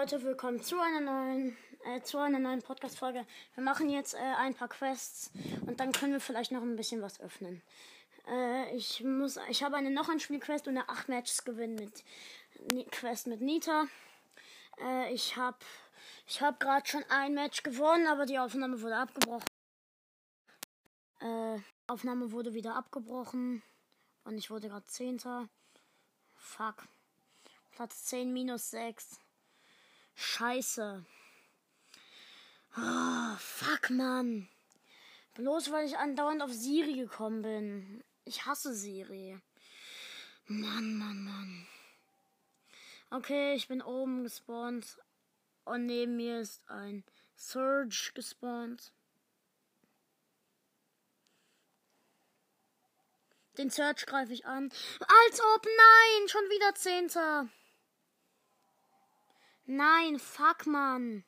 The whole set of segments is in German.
Leute, willkommen zu einer neuen Podcast-Folge. Wir machen jetzt ein paar Quests und dann können wir vielleicht noch ein bisschen was öffnen. Ich habe noch ein Spielquest und eine 8 Matches gewinnen mit Quest mit Nita. Ich habe gerade schon ein Match gewonnen, aber die Aufnahme wurde abgebrochen. Aufnahme wurde wieder abgebrochen und ich wurde gerade 10. Fuck. Platz 10 minus 6. Scheiße. Oh, fuck, Mann. Bloß weil ich andauernd auf Siri gekommen bin. Ich hasse Siri. Mann. Okay, ich bin oben gespawnt. Und neben mir ist ein Surge gespawnt. Den Surge greife ich an. Als ob, nein, schon wieder 10. Nein, fuck, Mann.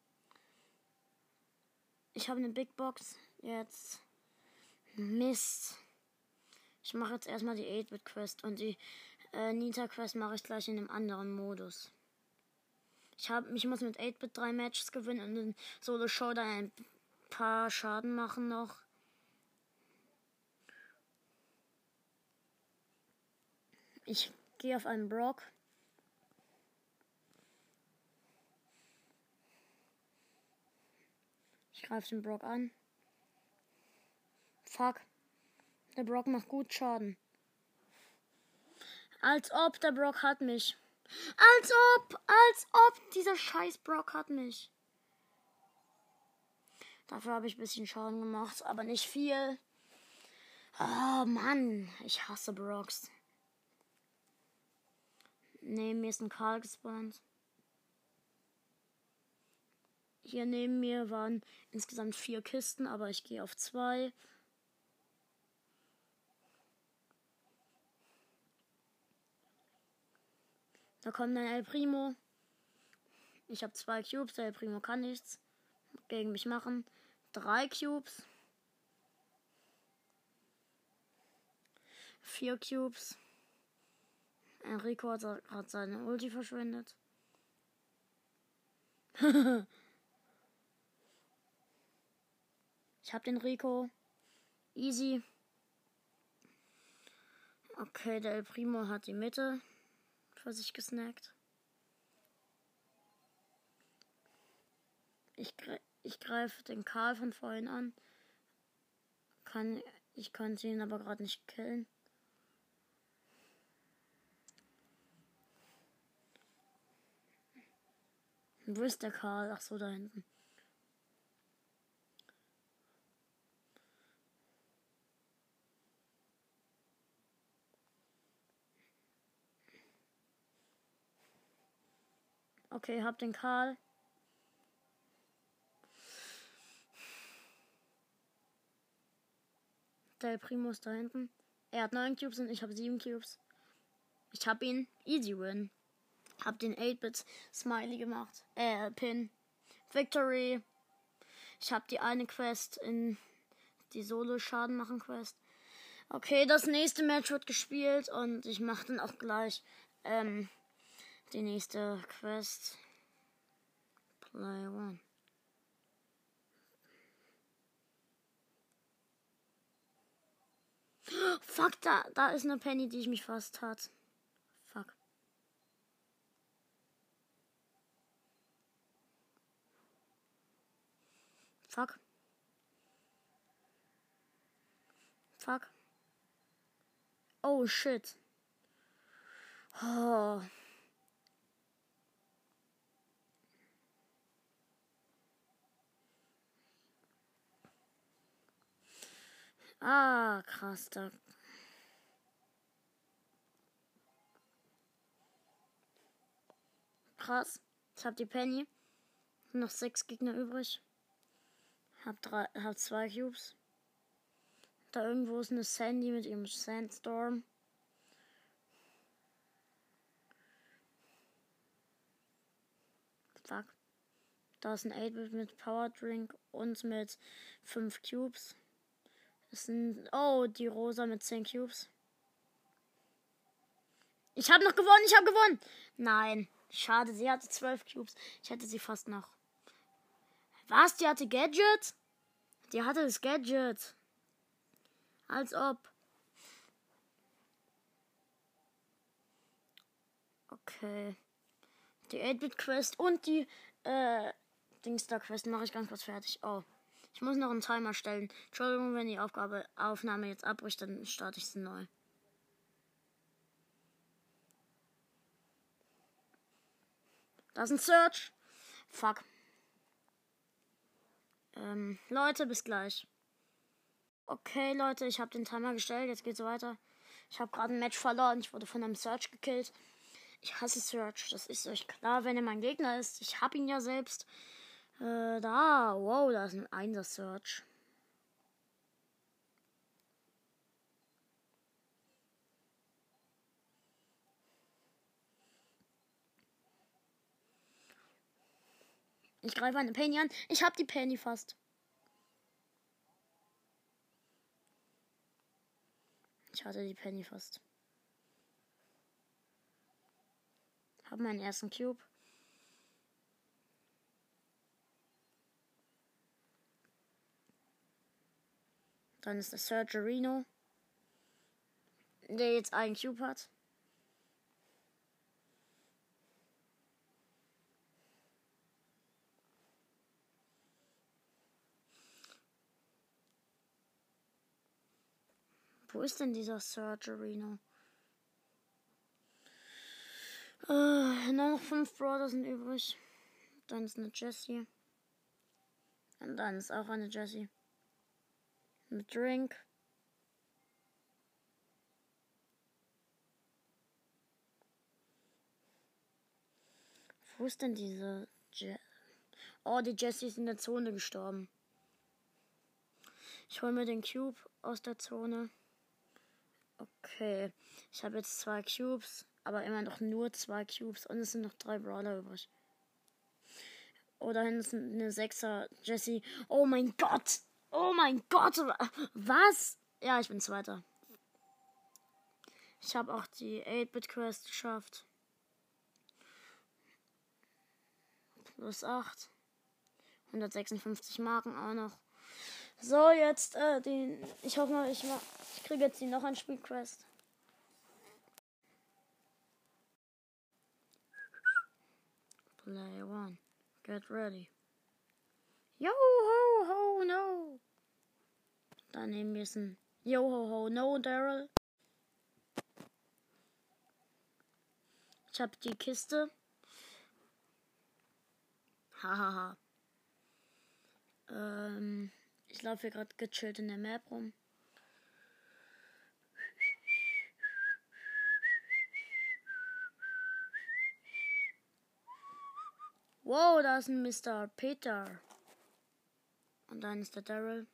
Ich habe eine Big Box. Jetzt. Mist. Ich mache jetzt erstmal die 8-Bit-Quest und die Nita-Quest mache ich gleich in einem anderen Modus. Ich muss mit 8-Bit 3 Matches gewinnen und in Solo-Show dann ein paar Schaden machen noch. Ich gehe auf einen Brock. Ich greife den Brock an. Fuck. Der Brock macht gut Schaden. Als ob, der Brock hat mich. Als ob, dieser scheiß Brock hat mich. Dafür habe ich ein bisschen Schaden gemacht, aber nicht viel. Oh Mann, ich hasse Brocks. Neben mir ist ein Karl gespawnt. Hier neben mir waren insgesamt 4 Kisten, aber ich gehe auf 2. Da kommt ein El Primo. Ich habe 2 Cubes, der El Primo kann nichts gegen mich machen. 3 Cubes. 4 Cubes. Enrico hat seine Ulti verschwendet. Ich hab den Rico. Easy. Okay, der El Primo hat die Mitte für sich gesnackt. Ich greife den Karl von vorhin an. Ich konnte ihn aber gerade nicht killen. Wo ist der Karl? Ach so, da hinten. Okay, hab den Karl. Der Primo ist da hinten. Er hat 9 Cubes und ich habe 7 Cubes. Ich hab ihn. Easy win. Hab den 8-Bit Smiley gemacht. Pin. Victory. Ich hab die eine Quest in die Solo-Schaden machen Quest. Okay, das nächste Match wird gespielt und ich mache dann auch gleich die nächste Quest. Play 1. Fuck, da ist eine Penny, die ich mich fast hat. Fuck. Fuck. Oh, shit. Oh. Ah, krass. Krass. Ich hab die Penny. Noch 6 Gegner übrig. Hab 2 Cubes. Da irgendwo ist eine Sandy mit ihrem Sandstorm. Fuck. Da ist ein 8-Bit mit Power Drink und mit 5 Cubes. Die Rosa mit 10 Cubes. Ich hab gewonnen. Nein. Schade, sie hatte 12 Cubes. Ich hätte sie fast noch. Was? Die hatte Gadget? Die hatte das Gadget. Als ob. Okay. Die 8-Bit-Quest und die Dingstar-Quest mache ich ganz kurz fertig. Oh. Ich muss noch einen Timer stellen. Entschuldigung, wenn die Aufnahme jetzt abbricht, dann starte ich sie neu. Das ist ein Search. Fuck. Leute, bis gleich. Okay, Leute, ich habe den Timer gestellt. Jetzt geht's weiter. Ich habe gerade ein Match verloren. Ich wurde von einem Search gekillt. Ich hasse Search. Das ist euch klar, wenn er mein Gegner ist. Ich hab ihn ja selbst. Wow, da ist ein 1er Search. Ich greife eine Penny an. Ich hab die Penny fast. Ich hatte die Penny fast. Hab meinen ersten Cube. Dann ist der Surgerino, der jetzt einen Cube hat. Wo ist denn dieser Surgerino? Nur noch 5 Brawler sind übrig. Dann ist eine Jessie. Und dann ist auch eine Jessie. Mit Drink. Wo ist denn diese Oh, die Jessie ist in der Zone gestorben. Ich hole mir den Cube aus der Zone. Okay. Ich habe jetzt 2 Cubes, aber immer noch nur 2 Cubes. Und es sind noch 3 Brawler übrig. Oder hinten ist eine 6er Jessie. Oh mein Gott! Oh mein Gott! Was? Ja, ich bin Zweiter. Ich habe auch die 8-Bit-Quest geschafft. Plus 8. 156 Marken auch noch. So, jetzt ich hoffe mal, ich kriege jetzt die noch ein Spielquest. Play 1. Get ready. Yo ho ho no. Dann nehmen wir es ein Yo ho ho no, Daryl. Ich habe die Kiste. Hahaha. Ich laufe hier gerade gechillt in der Map rum. Wow, da ist ein Mr. Peter. Und dann ist der Daryl.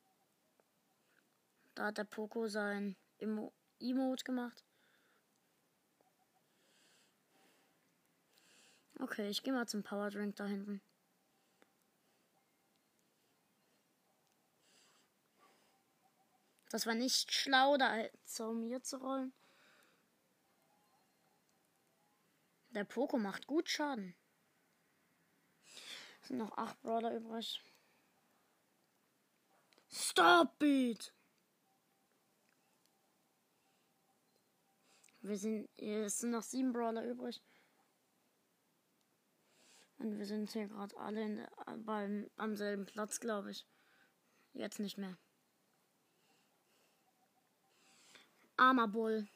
Da hat der Poco sein Emote gemacht. Okay, ich gehe mal zum Powerdrink da hinten. Das war nicht schlau, da zu mir zu rollen. Der Poco macht gut Schaden. Es sind noch 8 Brawler übrig. Stop it! Es sind noch 7 Brawler übrig. Und wir sind hier gerade alle am selben Platz, glaube ich. Jetzt nicht mehr. Armer Bull.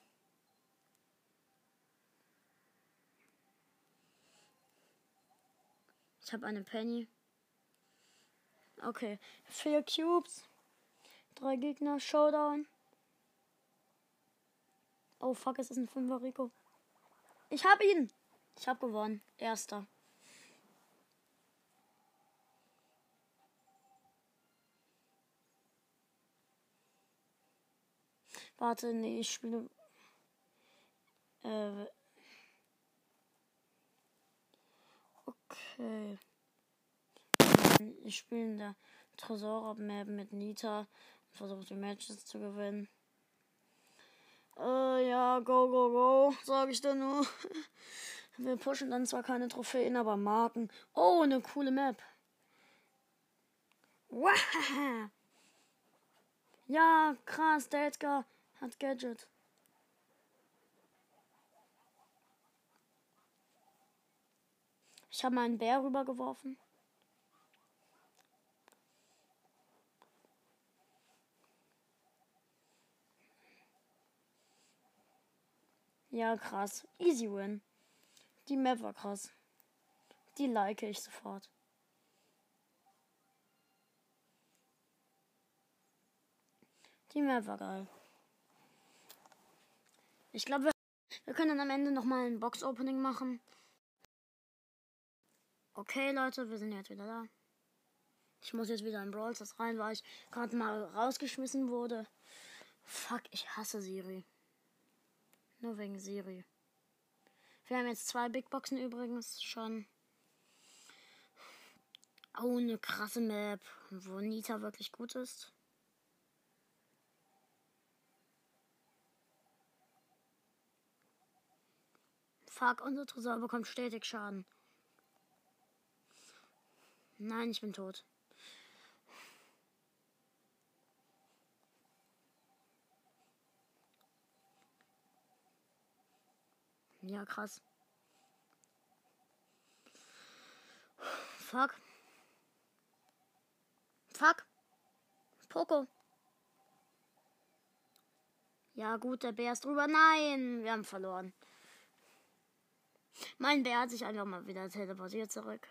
Ich habe eine Penny. Okay. 4 Cubes. 3 Gegner. Showdown. Oh fuck, es ist ein 5er Rico. Ich habe ihn. Ich habe gewonnen. Erster. Warte, nee, ich spiele. Okay. Ich spiele in der Tresor-Map mit Nita und versuche die Matches zu gewinnen. Ja, go, go, go, sage ich dann nur. Wir pushen dann zwar keine Trophäen, aber Marken. Oh, eine coole Map. Wow. Ja, krass, der Edgar hat Gadget. Ich habe meinen Bär rübergeworfen. Ja, krass. Easy win. Die Map war krass. Die like ich sofort. Die Map war geil. Ich glaube, wir können dann am Ende nochmal ein Box-Opening machen. Okay, Leute, wir sind jetzt wieder da. Ich muss jetzt wieder in Brawl Stars rein, weil ich gerade mal rausgeschmissen wurde. Fuck, ich hasse Siri. Nur wegen Siri. Wir haben jetzt 2 Big Boxen übrigens schon. Oh, eine krasse Map, wo Nita wirklich gut ist. Fuck, unser Tresor bekommt stetig Schaden. Nein, ich bin tot. Ja, krass. Fuck. Fuck. Poco. Ja gut, der Bär ist drüber. Nein, wir haben verloren. Mein Bär hat sich einfach mal wieder teleportiert zurück.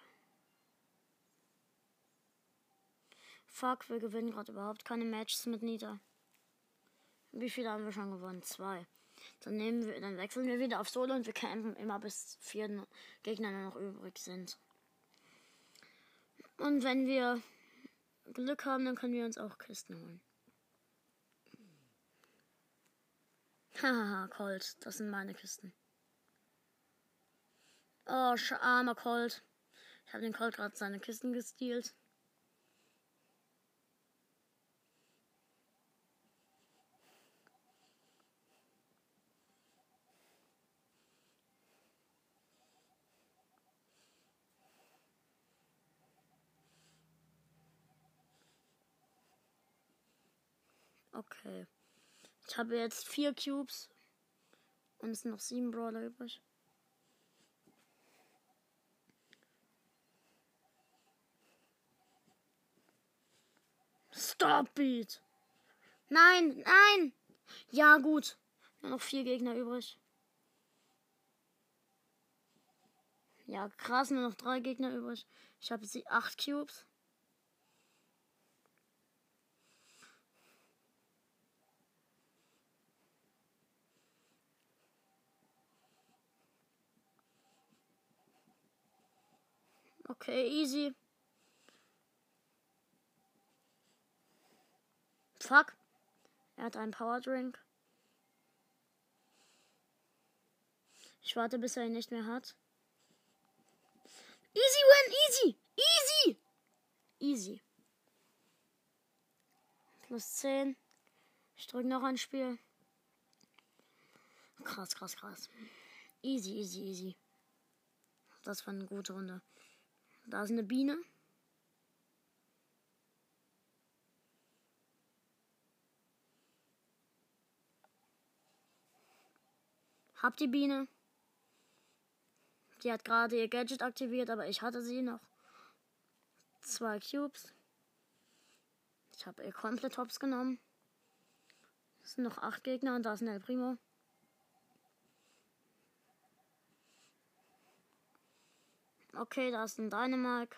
Fuck, wir gewinnen gerade überhaupt keine Matches mit Nita. Wie viele haben wir schon gewonnen? 2. Dann wechseln wir wieder auf Solo und wir campen immer bis 4 Gegner nur noch übrig sind. Und wenn wir Glück haben, dann können wir uns auch Kisten holen. Hahaha, Colt, das sind meine Kisten. Oh, armer Colt. Ich habe den Colt gerade seine Kisten gestealt. Okay. Ich habe jetzt 4 Cubes. Und es sind noch 7 Brawler übrig. Stop it! Nein, nein! Ja, gut. Nur noch 4 Gegner übrig. Ja, krass, nur noch 3 Gegner übrig. Ich habe 8 Cubes. Okay, easy. Fuck. Er hat einen Power Drink. Ich warte, bis er ihn nicht mehr hat. Easy win, easy, easy, easy. Plus 10. Ich drücke noch ein Spiel. Krass, krass, krass. Easy, easy, easy. Das war eine gute Runde. Da ist eine Biene. Hab die Biene. Die hat gerade ihr Gadget aktiviert, aber ich hatte sie noch. 2 Cubes. Ich habe ihr komplett hops genommen. Es sind noch 8 Gegner und da ist ein El Primo. Okay, da ist ein Dynamite.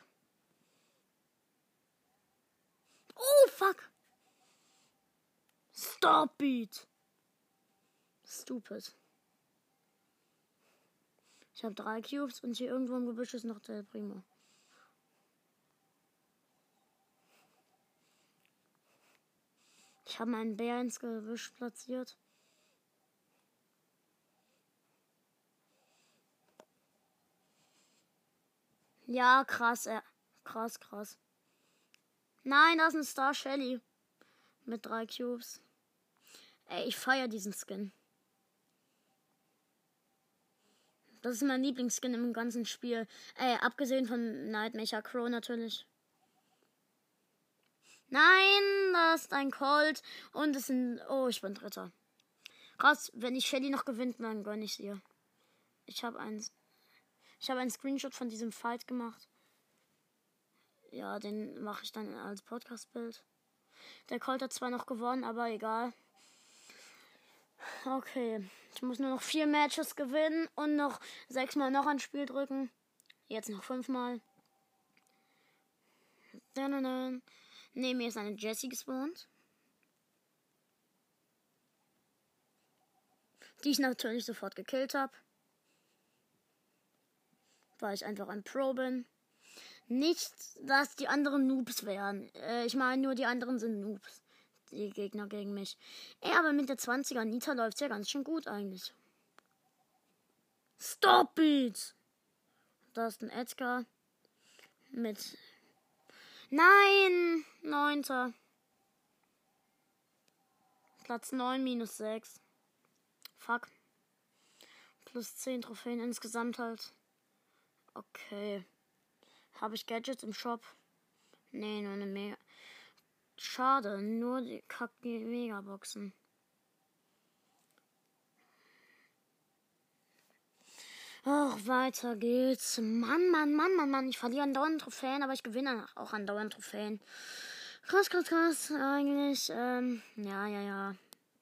Oh, fuck. Stop it. Stupid. Ich habe 3 Cubes und hier irgendwo im Gebüsch ist noch der El Primo. Ich habe meinen Bär ins Gebüsch platziert. Ja, krass, krass, krass. Nein, das ist ein Star Shelly. Mit 3 Cubes. Ey, ich feiere diesen Skin. Das ist mein Lieblingsskin im ganzen Spiel. Abgesehen von Nightmare Crow natürlich. Nein, das ist ein Colt. Und es sind... Oh, ich bin Dritter. Krass, wenn ich Shelly noch gewinnt, dann gönne ich ihr. Ich habe einen Screenshot von diesem Fight gemacht. Ja, den mache ich dann als Podcast-Bild. Der Colt hat zwar noch gewonnen, aber egal. Okay, ich muss nur noch 4 Matches gewinnen und noch 6 Mal noch ein Spiel drücken. Jetzt noch 5 Mal. Neben mir ist eine Jessie gespawnt. Die ich natürlich sofort gekillt habe. Weil ich einfach ein Pro bin. Nicht, dass die anderen Noobs wären. Ich meine nur, die anderen sind Noobs. Die Gegner gegen mich. Aber mit der 20er Nita läuft es ja ganz schön gut eigentlich. Stop it! Da ist ein Edgar. Mit... Nein! 9. Platz 9 minus 6. Fuck. Plus 10 Trophäen insgesamt halt. Okay. Habe ich Gadgets im Shop? Nee, nur eine Mega. Schade, nur die Megaboxen. Ach, weiter geht's. Mann. Ich verliere andauernd Trophäen, aber ich gewinne auch andauernd Trophäen. Krass. Eigentlich, ja.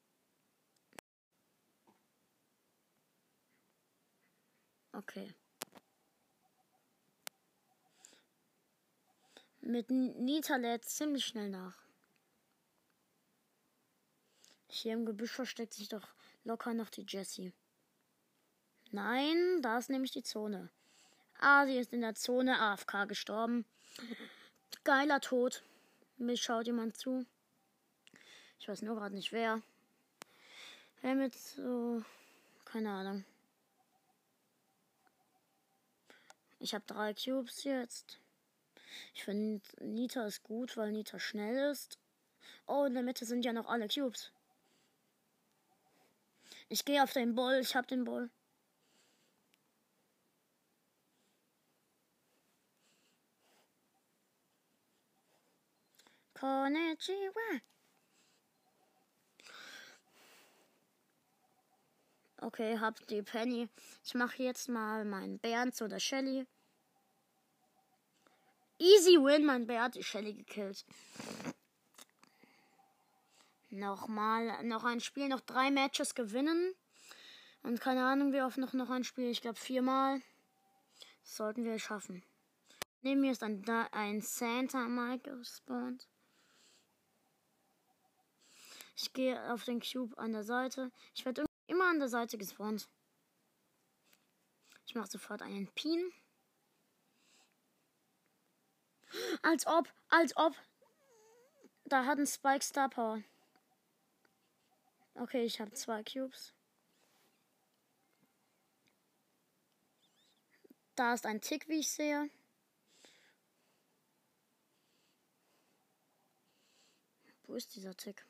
Okay. Mit Nita lädt ziemlich schnell nach. Hier im Gebüsch versteckt sich doch locker noch die Jessie. Nein, da ist nämlich die Zone. Sie ist in der Zone AFK gestorben. Geiler Tod. Mir schaut jemand zu. Ich weiß nur gerade nicht wer. Wer mit so... Keine Ahnung. Ich habe 3 Cubes jetzt. Ich finde, Nita ist gut, weil Nita schnell ist. Oh, in der Mitte sind ja noch alle Cubes. Ich gehe auf den Ball. Ich habe den Ball. Konnichiwa. Okay, hab die Penny. Ich mache jetzt mal meinen Bernd oder Shelly. Easy win, mein Bär hat die Shelly gekillt. Noch ein Spiel, noch 3 Matches gewinnen. Und keine Ahnung, wie oft noch ein Spiel. Ich glaube 4 Mal. Das sollten wir schaffen. Neben mir ist ein Santa Mike gespawnt. Ich gehe auf den Cube an der Seite. Ich werde immer an der Seite gespawnt. Ich mache sofort einen Pin. Als ob. Da hat ein Spike Star Power. Okay, ich habe 2 Cubes. Da ist ein Tick, wie ich sehe. Wo ist dieser Tick?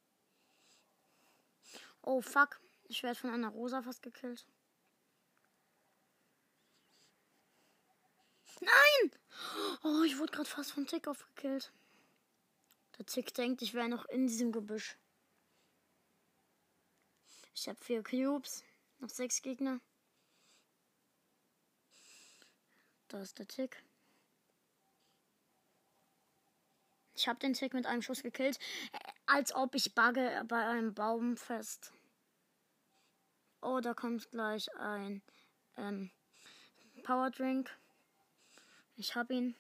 Oh, fuck. Ich werde von einer Rosa fast gekillt. Nein! Oh, ich wurde gerade fast von Tick aufgekillt. Der Tick denkt, ich wäre noch in diesem Gebüsch. Ich habe 4 Cubes. Noch 6 Gegner. Da ist der Tick. Ich habe den Tick mit einem Schuss gekillt. Als ob ich bugge bei einem Baum fest. Oh, da kommt gleich ein Power Drink. Ich hab ihn.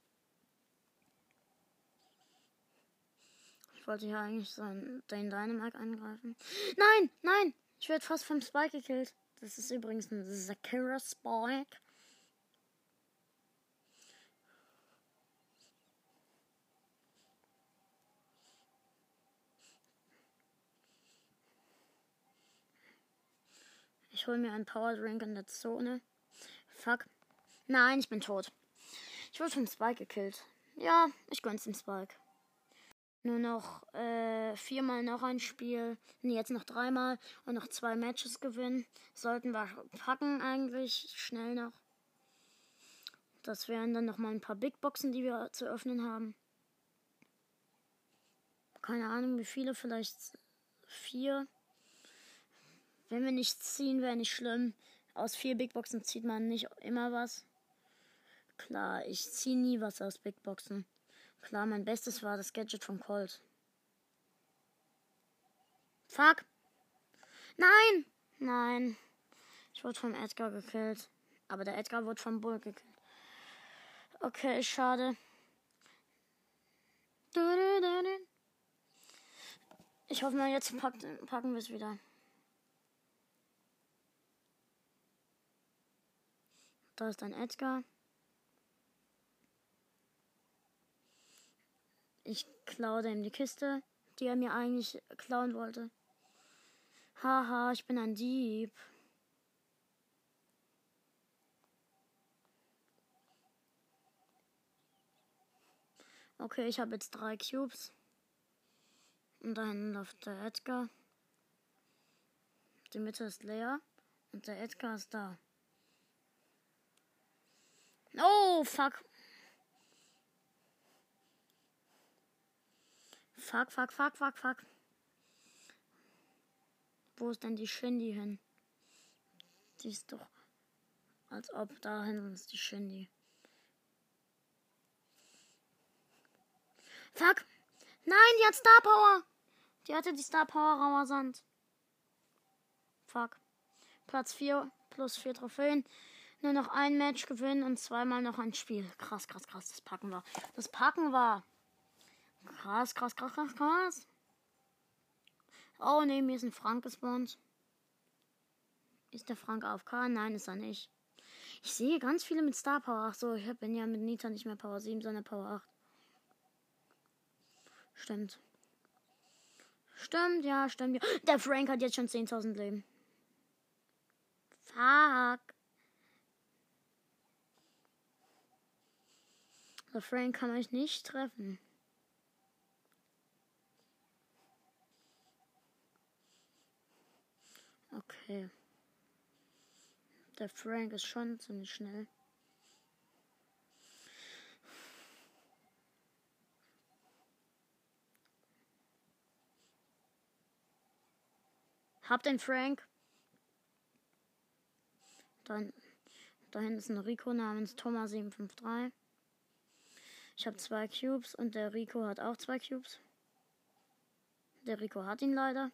Ich wollte hier eigentlich den Dynamite angreifen. Nein! Ich werde fast vom Spike gekillt. Das ist übrigens ein Sakura Spike. Ich hole mir einen Power Drink in der Zone. Fuck. Nein, ich bin tot. Ich wurde vom Spike gekillt. Ja, ich gönn's dem Spike. nur noch 4-mal noch ein Spiel. Nee, jetzt noch 3-mal und noch 2 Matches gewinnen. Sollten wir packen eigentlich schnell noch. Das wären dann nochmal ein paar Big Boxen, die wir zu öffnen haben. Keine Ahnung, wie viele, vielleicht 4. Wenn wir nichts ziehen, wäre nicht schlimm. Aus 4 Big Boxen zieht man nicht immer was. Klar, ich ziehe nie was aus Big Boxen. Klar, mein Bestes war das Gadget von Colt. Fuck! Nein! Nein. Ich wurde vom Edgar gekillt. Aber der Edgar wurde vom Bull gekillt. Okay, schade. Ich hoffe mal, jetzt packen wir es wieder. Da ist ein Edgar. Ich klaue ihm die Kiste, die er mir eigentlich klauen wollte. Haha, ich bin ein Dieb. Okay, ich habe jetzt 3 Cubes. Und da hinten läuft der Edgar. Die Mitte ist leer. Und der Edgar ist da. Oh, fuck. Fuck. Wo ist denn die Shindy hin? Die ist doch... Als ob da hinten ist die Shindy. Fuck. Nein, die hat Star Power. Die hatte die Star Power rauer Sand. Fuck. Platz 4 plus 4 Trophäen. Nur noch ein Match gewinnen und 2-mal noch ein Spiel. Krass. Das packen wir. Krass. Oh ne, mir ist ein Frank gespawnt. Ist der Frank AFK? Nein, ist er nicht. Ich sehe ganz viele mit Star Power. Ach so, ich bin ja mit Nita nicht mehr Power 7, sondern Power 8. Stimmt, ja. Der Frank hat jetzt schon 10.000 Leben. Fuck. Der Frank kann mich nicht treffen. Okay. Der Frank ist schon ziemlich schnell. Hab den Frank. Da hinten ist ein Rico namens Thomas753. Ich habe 2 Cubes und der Rico hat auch 2 Cubes. Der Rico hat ihn leider.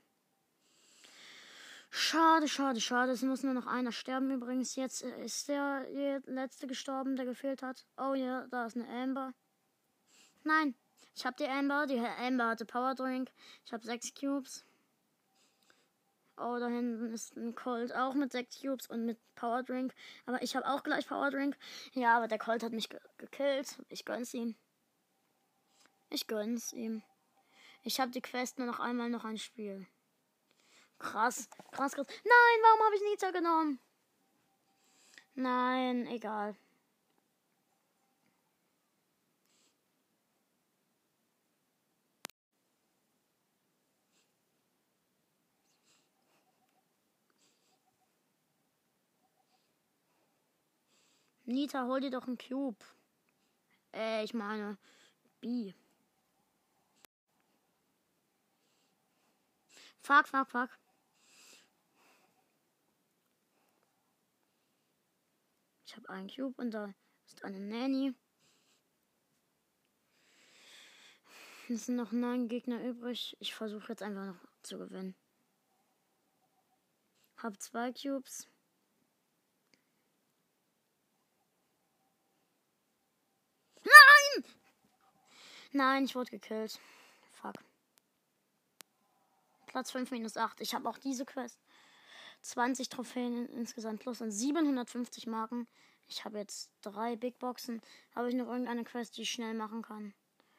Schade. Es muss nur noch einer sterben übrigens. Jetzt ist der letzte gestorben, der gefehlt hat. Oh ja, da ist eine Amber. Nein, ich habe die Amber. Die Amber hatte Power Drink. Ich habe 6 Cubes. Oh, da hinten ist ein Colt auch mit 6 Cubes und mit Power Drink. Aber ich habe auch gleich Power Drink. Ja, aber der Colt hat mich gekillt. Ich gönn's ihm. Ich habe die Quest nur noch einmal noch ein Spiel. Krass. Nein, warum habe ich Nita genommen? Nein, egal. Nita, hol dir doch einen Cube. Ich meine, B. Fuck. Ich habe einen Cube und da ist eine Nanny. Es sind noch 9 Gegner übrig. Ich versuche jetzt einfach noch zu gewinnen. Hab 2 Cubes. Nein, ich wurde gekillt. Fuck. Platz 5 minus 8. Ich habe auch diese Quest. 20 Trophäen insgesamt plus und 750 Marken. Ich habe jetzt 3 Big Boxen. Habe ich noch irgendeine Quest, die ich schnell machen kann?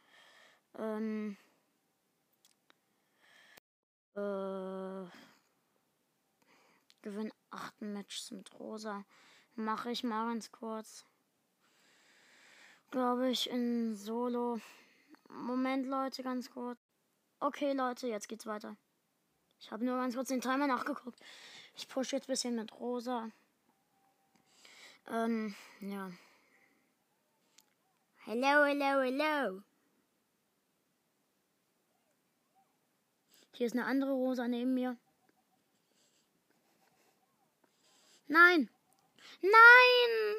Gewinn 8 Matches mit Rosa. Mache ich mal ganz kurz. Glaube ich in Solo. Moment, Leute, ganz kurz. Okay, Leute, jetzt geht's weiter. Ich habe nur ganz kurz den Timer nachgeguckt. Ich pushe jetzt ein bisschen mit Rosa. Ja. Hello, hello, hello. Hier ist eine andere Rosa neben mir. Nein! Nein!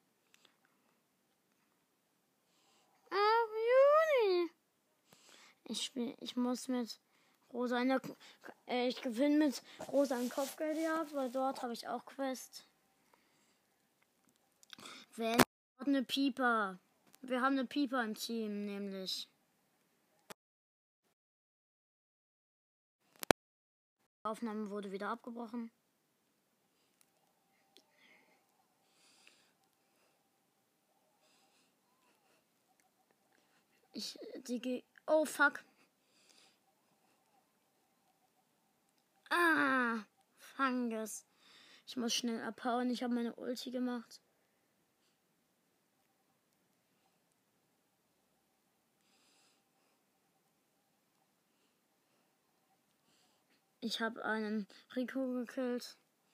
Ach, Juni! Ich muss mit Rosa ich gewinne mit Rosa ein Kopfgeldjagd, weil dort habe ich auch Quest. Wenn eine Pieper. Wir haben eine Pieper im Team, nämlich. Die Aufnahme wurde wieder abgebrochen. Oh, fuck. Ah, Fungus. Ich muss schnell abhauen. Ich habe meine Ulti gemacht. Ich habe einen Rico gekillt.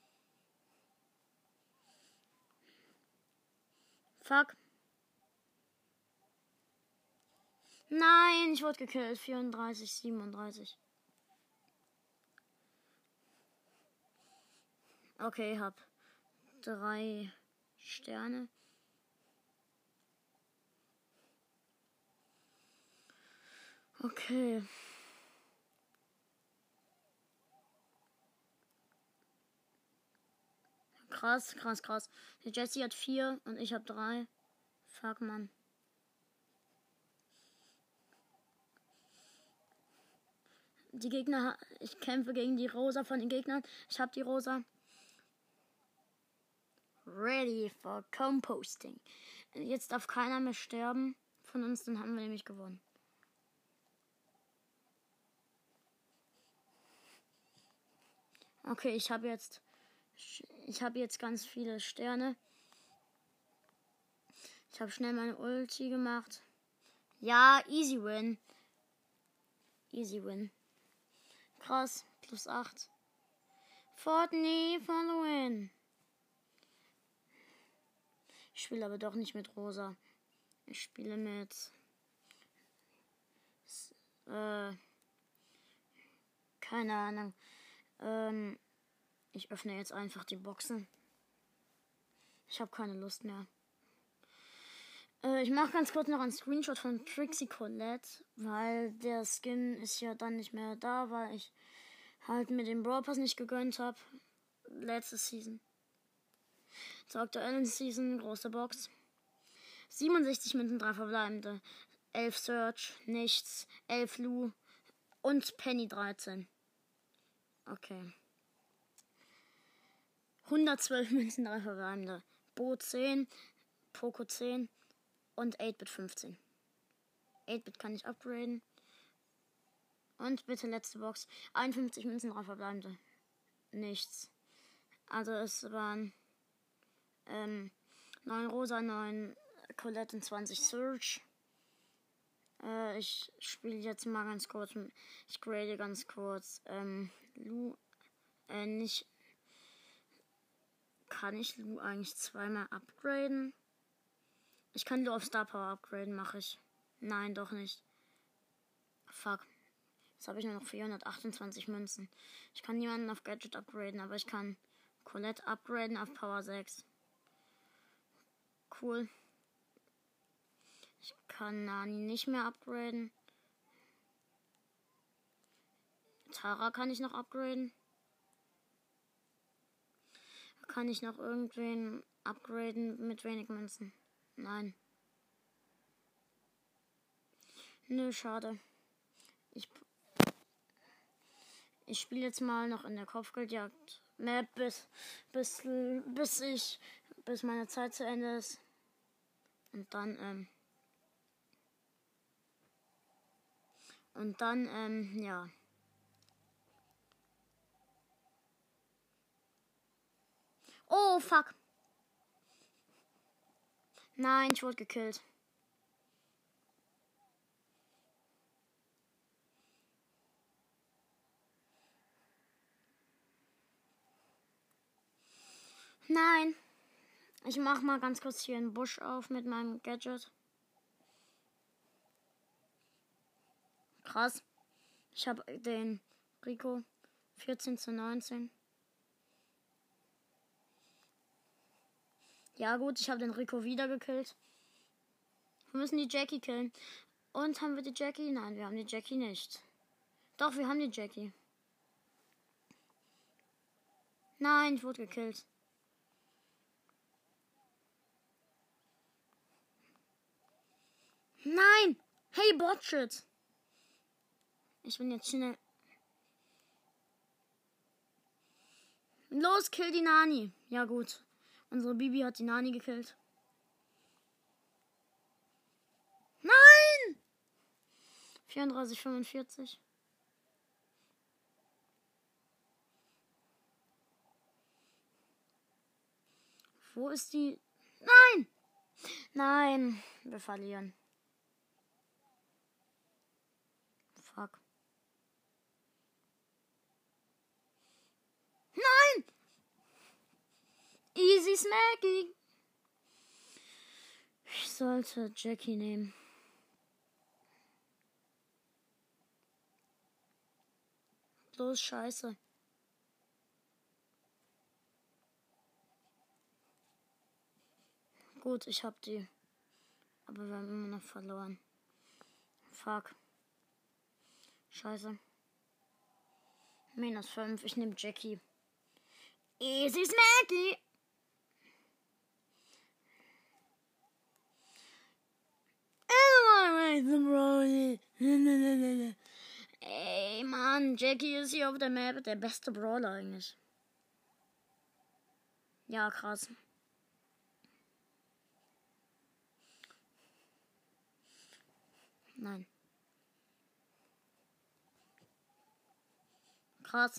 Fuck. Nein, ich wurde gekillt. 34, 37. Okay, hab 3 Sterne. Okay. Krass, krass, krass. Der Jesse hat 4 und ich habe 3. Fuck, Mann. Die Gegner, ich kämpfe gegen die Rosa von den Gegnern. Ich habe die Rosa. Ready for composting. Jetzt darf keiner mehr sterben von uns, dann haben wir nämlich gewonnen. Okay, ich habe jetzt ganz viele Sterne. Ich habe schnell meine Ulti gemacht. Ja, easy win. Easy win. Krass, plus 8. Fortnite for the win. Ich spiele aber doch nicht mit Rosa. Ich spiele mit keine Ahnung. Ich öffne jetzt einfach die Boxen. Ich habe keine Lust mehr. Ich mache ganz kurz noch einen Screenshot von Trixie Colette, weil der Skin ist ja dann nicht mehr da, weil ich halt mir den Brawl Pass nicht gegönnt habe. Letzte Season. Zur aktuellen Season, große Box. 67 Münzen, 3 verbleibende. 11 Search, nichts. 11 Lu und Penny 13. Okay. 112 Münzen, 3 verbleibende. Bo 10, Poco 10 und 8-Bit 15. 8-Bit kann ich upgraden. Und bitte letzte Box. 51 Münzen, 3 verbleibende. Nichts. Also es waren 9 Rosa, 9 Colette und 20 Surge. Ich spiele jetzt mal ganz kurz. Ich grade ganz kurz. Lu. Nicht. Kann ich Lu eigentlich zweimal upgraden? Ich kann Lu auf Star Power upgraden, mache ich. Nein, doch nicht. Fuck. Jetzt habe ich nur noch 428 Münzen. Ich kann niemanden auf Gadget upgraden, aber ich kann Colette upgraden auf Power 6. Cool. Ich kann Nani nicht mehr upgraden. Tara kann ich noch upgraden. Kann ich noch irgendwen upgraden mit wenig Münzen? Nein. Nö, schade. Ich spiele jetzt mal noch in der Kopfgeldjagd Map bis meine Zeit zu Ende ist. Und dann, ja. Oh, fuck. Nein, ich wurde gekillt. Nein. Ich mach mal ganz kurz hier einen Busch auf mit meinem Gadget. Krass. Ich habe den Rico 14:19. Ja gut, ich habe den Rico wieder gekillt. Wir müssen die Jackie killen. Und haben wir die Jackie? Nein, wir haben die Jackie nicht. Doch, wir haben die Jackie. Nein, ich wurde gekillt. Nein! Hey, Botshit! Ich bin jetzt schnell. Los, kill die Nani. Ja gut. Unsere Bibi hat die Nani gekillt. Nein! 34:45. Wo ist die? Nein! Nein, wir verlieren. Fuck. Nein! Easy Smacky. Ich sollte Jackie nehmen. Bloß Scheiße. Gut, ich hab die. Aber wir haben immer noch verloren. Fuck. Scheiße. -5. Ich nehme Jackie. Easy Smacky. Ey, Mann, Jackie ist hier auf der Map der beste Brawler eigentlich. Ja, krass. Nein. Krass.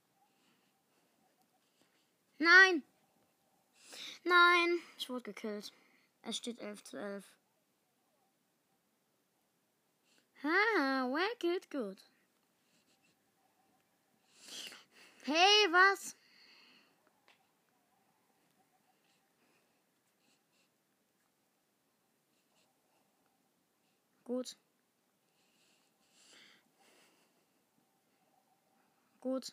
Nein. Nein. Ich wurde gekillt. Es steht 11:11. Where geht gut. Hey, was? Gut. Gut.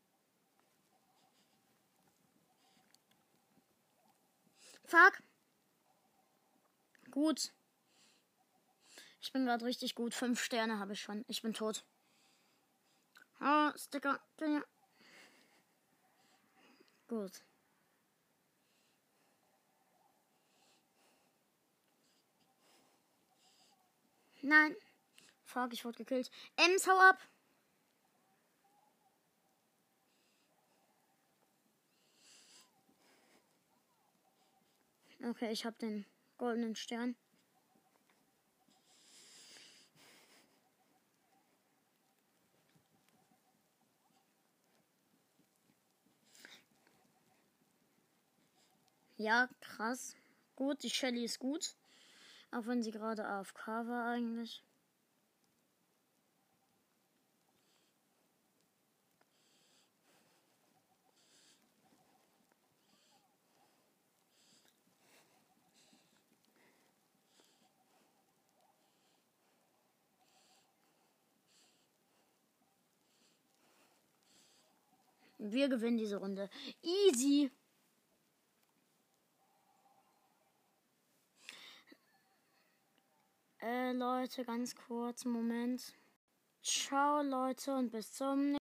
Fuck. Gut. Ich bin gerade richtig gut. 5 Sterne habe ich schon. Ich bin tot. Oh, Sticker. Gut. Nein. Fuck, ich wurde gekillt. Ems, hau ab. Okay, ich habe den goldenen Stern. Ja, krass. Gut, die Shelly ist gut. Auch wenn sie gerade AFK war eigentlich. Wir gewinnen diese Runde. Easy. Leute, ganz kurz, Moment. Ciao, Leute, und bis zum nächsten Mal.